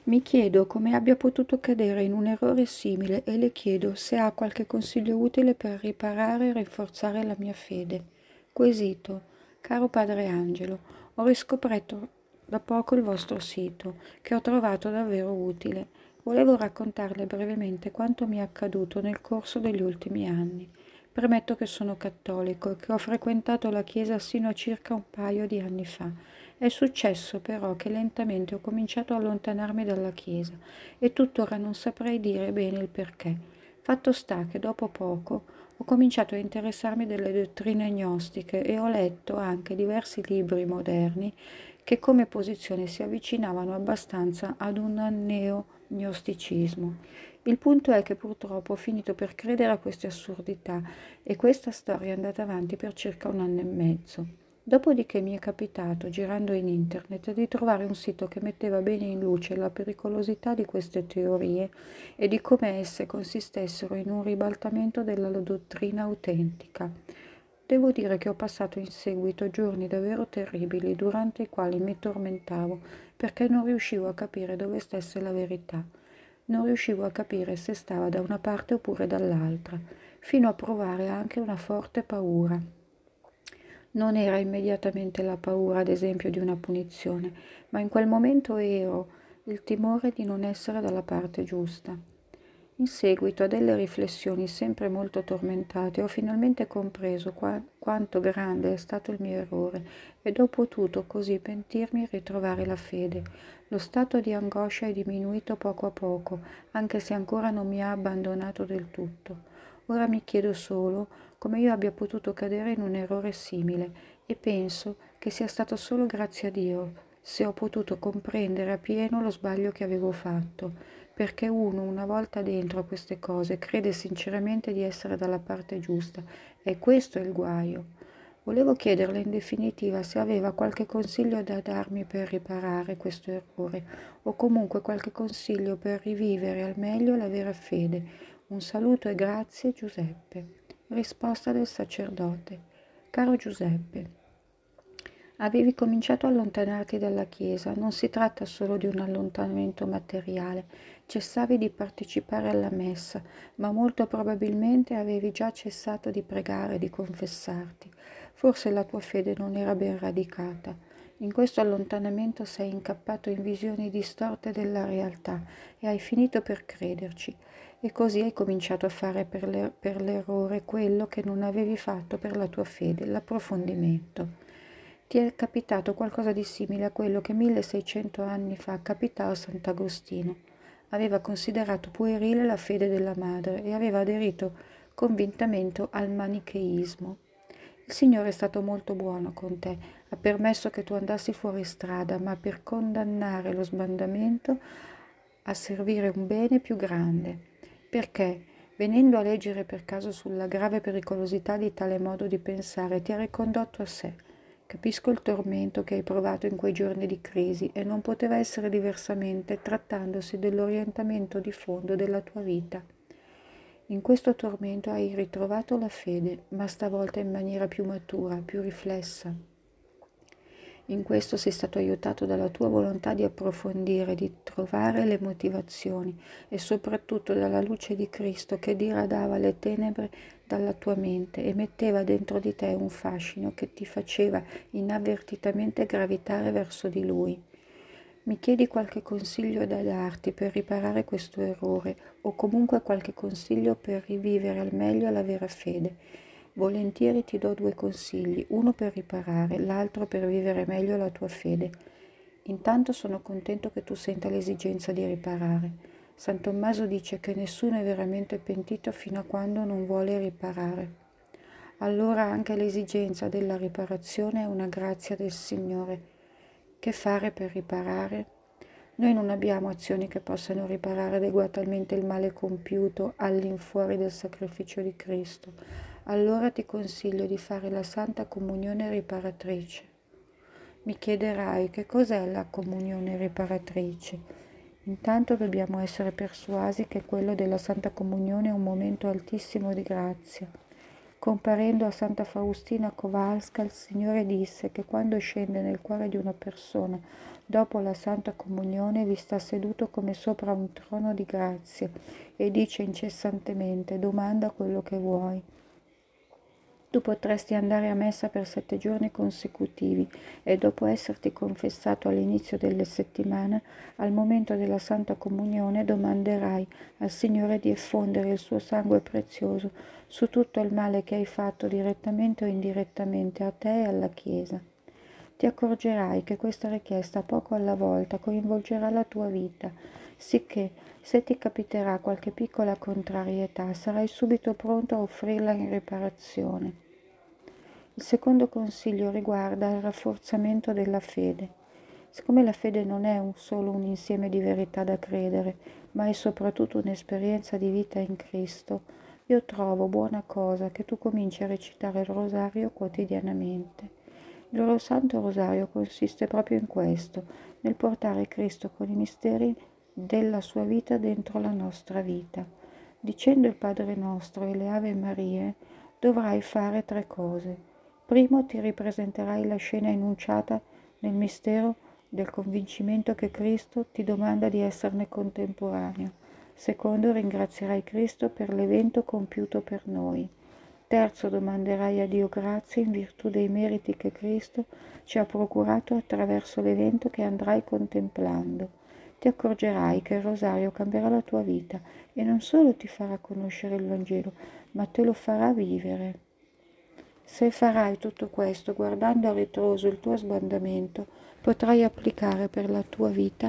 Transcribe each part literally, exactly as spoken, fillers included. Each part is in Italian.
Mi chiedo come abbia potuto cadere in un errore simile e le chiedo se ha qualche consiglio utile per riparare e rinforzare la mia fede. Quesito. Caro Padre Angelo, ho riscoperto da poco il vostro sito, che ho trovato davvero utile. Volevo raccontarle brevemente quanto mi è accaduto nel corso degli ultimi anni. Premetto che sono cattolico e che ho frequentato la Chiesa sino a circa un paio di anni fa. È successo però che lentamente ho cominciato a allontanarmi dalla Chiesa e tuttora non saprei dire bene il perché. Fatto sta che dopo poco ho cominciato a interessarmi delle dottrine gnostiche e ho letto anche diversi libri moderni che come posizione si avvicinavano abbastanza ad un neo-gnosticismo. Il punto è che purtroppo ho finito per credere a queste assurdità e questa storia è andata avanti per circa un anno e mezzo. Dopodiché mi è capitato, girando in internet, di trovare un sito che metteva bene in luce la pericolosità di queste teorie e di come esse consistessero in un ribaltamento della dottrina autentica. Devo dire che ho passato in seguito giorni davvero terribili durante i quali mi tormentavo perché non riuscivo a capire dove stesse la verità. Non riuscivo a capire se stava da una parte oppure dall'altra, fino a provare anche una forte paura. Non era immediatamente la paura, ad esempio, di una punizione, ma in quel momento ero il timore di non essere dalla parte giusta. In seguito a delle riflessioni sempre molto tormentate, ho finalmente compreso qua- quanto grande è stato il mio errore ed ho potuto così pentirmi e ritrovare la fede. Lo stato di angoscia è diminuito poco a poco, anche se ancora non mi ha abbandonato del tutto. Ora mi chiedo solo come io abbia potuto cadere in un errore simile e penso che sia stato solo grazie a Dio se ho potuto comprendere appieno lo sbaglio che avevo fatto, perché uno, una volta dentro a queste cose, crede sinceramente di essere dalla parte giusta e questo è il guaio. Volevo chiederle in definitiva se aveva qualche consiglio da darmi per riparare questo errore o comunque qualche consiglio per rivivere al meglio la vera fede. Un saluto e grazie, Giuseppe. Risposta del sacerdote. Caro Giuseppe, avevi cominciato a allontanarti dalla Chiesa, non si tratta solo di un allontanamento materiale, cessavi di partecipare alla messa, ma molto probabilmente avevi già cessato di pregare e di confessarti. Forse la tua fede non era ben radicata. In questo allontanamento sei incappato in visioni distorte della realtà e hai finito per crederci. E così hai cominciato a fare per, le- per l'errore quello che non avevi fatto per la tua fede, l'approfondimento. Ti è capitato qualcosa di simile a quello che milleseicento anni fa capitò a Sant'Agostino. Aveva considerato puerile la fede della madre e aveva aderito convintamente al manicheismo. Il Signore è stato molto buono con te, ha permesso che tu andassi fuori strada, ma per condannare lo sbandamento a servire un bene più grande. Perché, venendo a leggere per caso sulla grave pericolosità di tale modo di pensare, ti ha ricondotto a sé. Capisco il tormento che hai provato in quei giorni di crisi e non poteva essere diversamente trattandosi dell'orientamento di fondo della tua vita. In questo tormento hai ritrovato la fede, ma stavolta in maniera più matura, più riflessa. In questo sei stato aiutato dalla tua volontà di approfondire, di trovare le motivazioni e soprattutto dalla luce di Cristo che diradava le tenebre dalla tua mente e metteva dentro di te un fascino che ti faceva inavvertitamente gravitare verso di Lui. Mi chiedi qualche consiglio da darti per riparare questo errore o comunque qualche consiglio per rivivere al meglio la vera fede. Volentieri ti do due consigli, uno per riparare, l'altro per vivere meglio la tua fede. Intanto sono contento che tu senta l'esigenza di riparare. San Tommaso dice che nessuno è veramente pentito fino a quando non vuole riparare. Allora anche l'esigenza della riparazione è una grazia del Signore. Che fare per riparare? Noi non abbiamo azioni che possano riparare adeguatamente il male compiuto all'infuori del sacrificio di Cristo. Allora ti consiglio di fare la Santa Comunione riparatrice. Mi chiederai che cos'è la comunione riparatrice. Intanto dobbiamo essere persuasi che quello della Santa Comunione è un momento altissimo di grazia. Comparendo a Santa Faustina Kowalska, il Signore disse che quando scende nel cuore di una persona dopo la Santa Comunione vi sta seduto come sopra un trono di grazia e dice incessantemente: domanda quello che vuoi. Tu potresti andare a messa per sette giorni consecutivi e dopo esserti confessato all'inizio delle settimane, al momento della Santa Comunione domanderai al Signore di effondere il suo sangue prezioso su tutto il male che hai fatto direttamente o indirettamente a te e alla Chiesa. Ti accorgerai che questa richiesta poco alla volta coinvolgerà la tua vita, sicché se ti capiterà qualche piccola contrarietà sarai subito pronto a offrirla in riparazione. Il secondo consiglio riguarda il rafforzamento della fede. Siccome la fede non è un, solo un insieme di verità da credere, ma è soprattutto un'esperienza di vita in Cristo, io trovo buona cosa che tu cominci a recitare il rosario quotidianamente. Il loro Santo Rosario consiste proprio in questo, nel portare Cristo con i misteri della sua vita dentro la nostra vita. Dicendo il Padre nostro e le Ave Marie, dovrai fare tre cose. Primo, ti ripresenterai la scena enunciata nel mistero del convincimento che Cristo ti domanda di esserne contemporaneo. Secondo, ringrazierai Cristo per l'evento compiuto per noi. Terzo, domanderai a Dio grazie in virtù dei meriti che Cristo ci ha procurato attraverso l'evento che andrai contemplando. Ti accorgerai che il rosario cambierà la tua vita e non solo ti farà conoscere il Vangelo, ma te lo farà vivere. Se farai tutto questo guardando a ritroso il tuo sbandamento, potrai applicare per la tua vita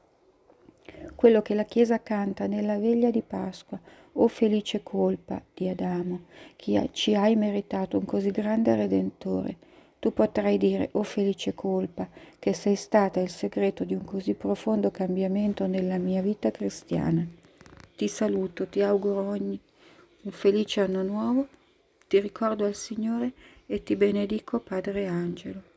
quello che la Chiesa canta nella veglia di Pasqua: «O felice colpa di Adamo, che ci hai meritato un così grande Redentore». Tu potrai dire: «O felice colpa, che sei stata il segreto di un così profondo cambiamento nella mia vita cristiana». Ti saluto, ti auguro ogni un felice anno nuovo, ti ricordo al Signore e ti benedico Padre Angelo.